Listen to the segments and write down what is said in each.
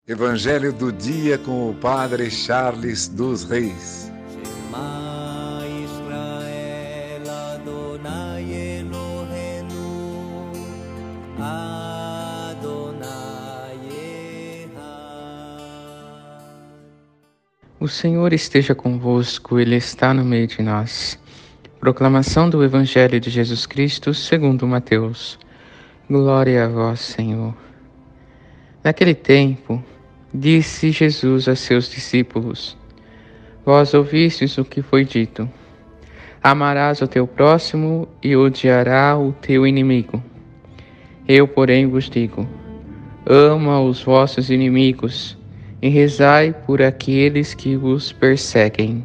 Evangelho do dia com o Padre Charles dos Reis. Shema Israel Adonai Eloheinu Adonai Echad. O Senhor esteja convosco, Ele está no meio de nós. Proclamação do Evangelho de Jesus Cristo segundo Mateus. Glória a vós, Senhor. Naquele tempo, disse Jesus a seus discípulos: Vós ouvistes o que foi dito: Amarás o teu próximo e odiarás o teu inimigo. Eu, porém, vos digo: ama os vossos inimigos e rezai por aqueles que vos perseguem.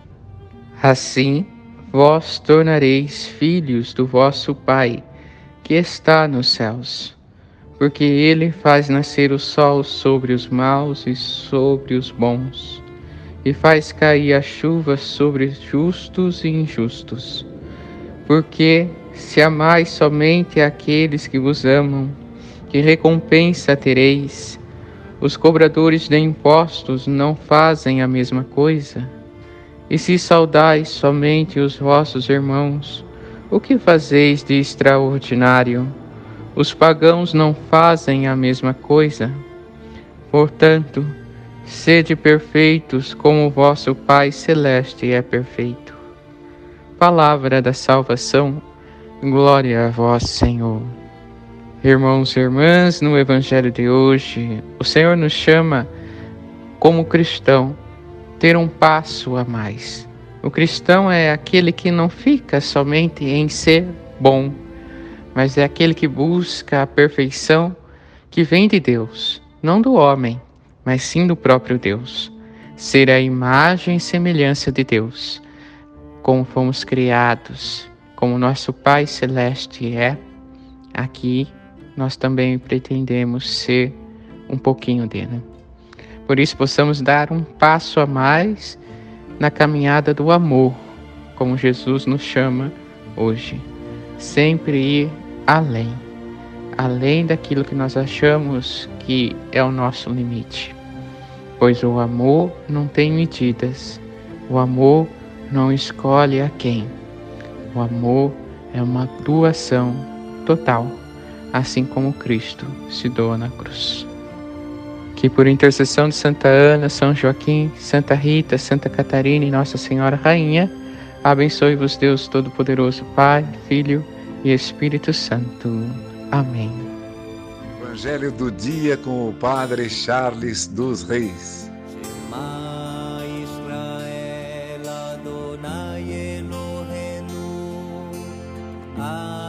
Assim, vós tornareis filhos do vosso Pai, que está nos céus. Porque ele faz nascer o sol sobre os maus e sobre os bons, e faz cair a chuva sobre justos e injustos. Porque se amais somente aqueles que vos amam, que recompensa tereis? Os cobradores de impostos não fazem a mesma coisa? E se saudais somente os vossos irmãos, o que fazeis de extraordinário? Os pagãos não fazem a mesma coisa? Portanto, sede perfeitos como o vosso Pai Celeste é perfeito. Palavra da salvação, glória a vós, Senhor. Irmãos e irmãs, no Evangelho de hoje, o Senhor nos chama, como cristão, ter um passo a mais. O cristão é aquele que não fica somente em ser bom, mas é aquele que busca a perfeição que vem de Deus, não do homem, mas sim do próprio Deus. Ser a imagem e semelhança de Deus, como fomos criados, como nosso Pai Celeste é, aqui nós também pretendemos ser um pouquinho dele. Por isso possamos dar um passo a mais na caminhada do amor, como Jesus nos chama hoje. Sempre ir além daquilo que nós achamos que é o nosso limite. Pois o amor não tem medidas, o amor não escolhe a quem. O amor é uma doação total, assim como Cristo se doa na cruz. Que por intercessão de Santa Ana, São Joaquim, Santa Rita, Santa Catarina e Nossa Senhora Rainha, abençoe-vos Deus Todo-Poderoso, Pai, Filho e Espírito Santo. Amém. Evangelho do dia com o Padre Charles dos Reis. Shema Israel Adonai Eloheinu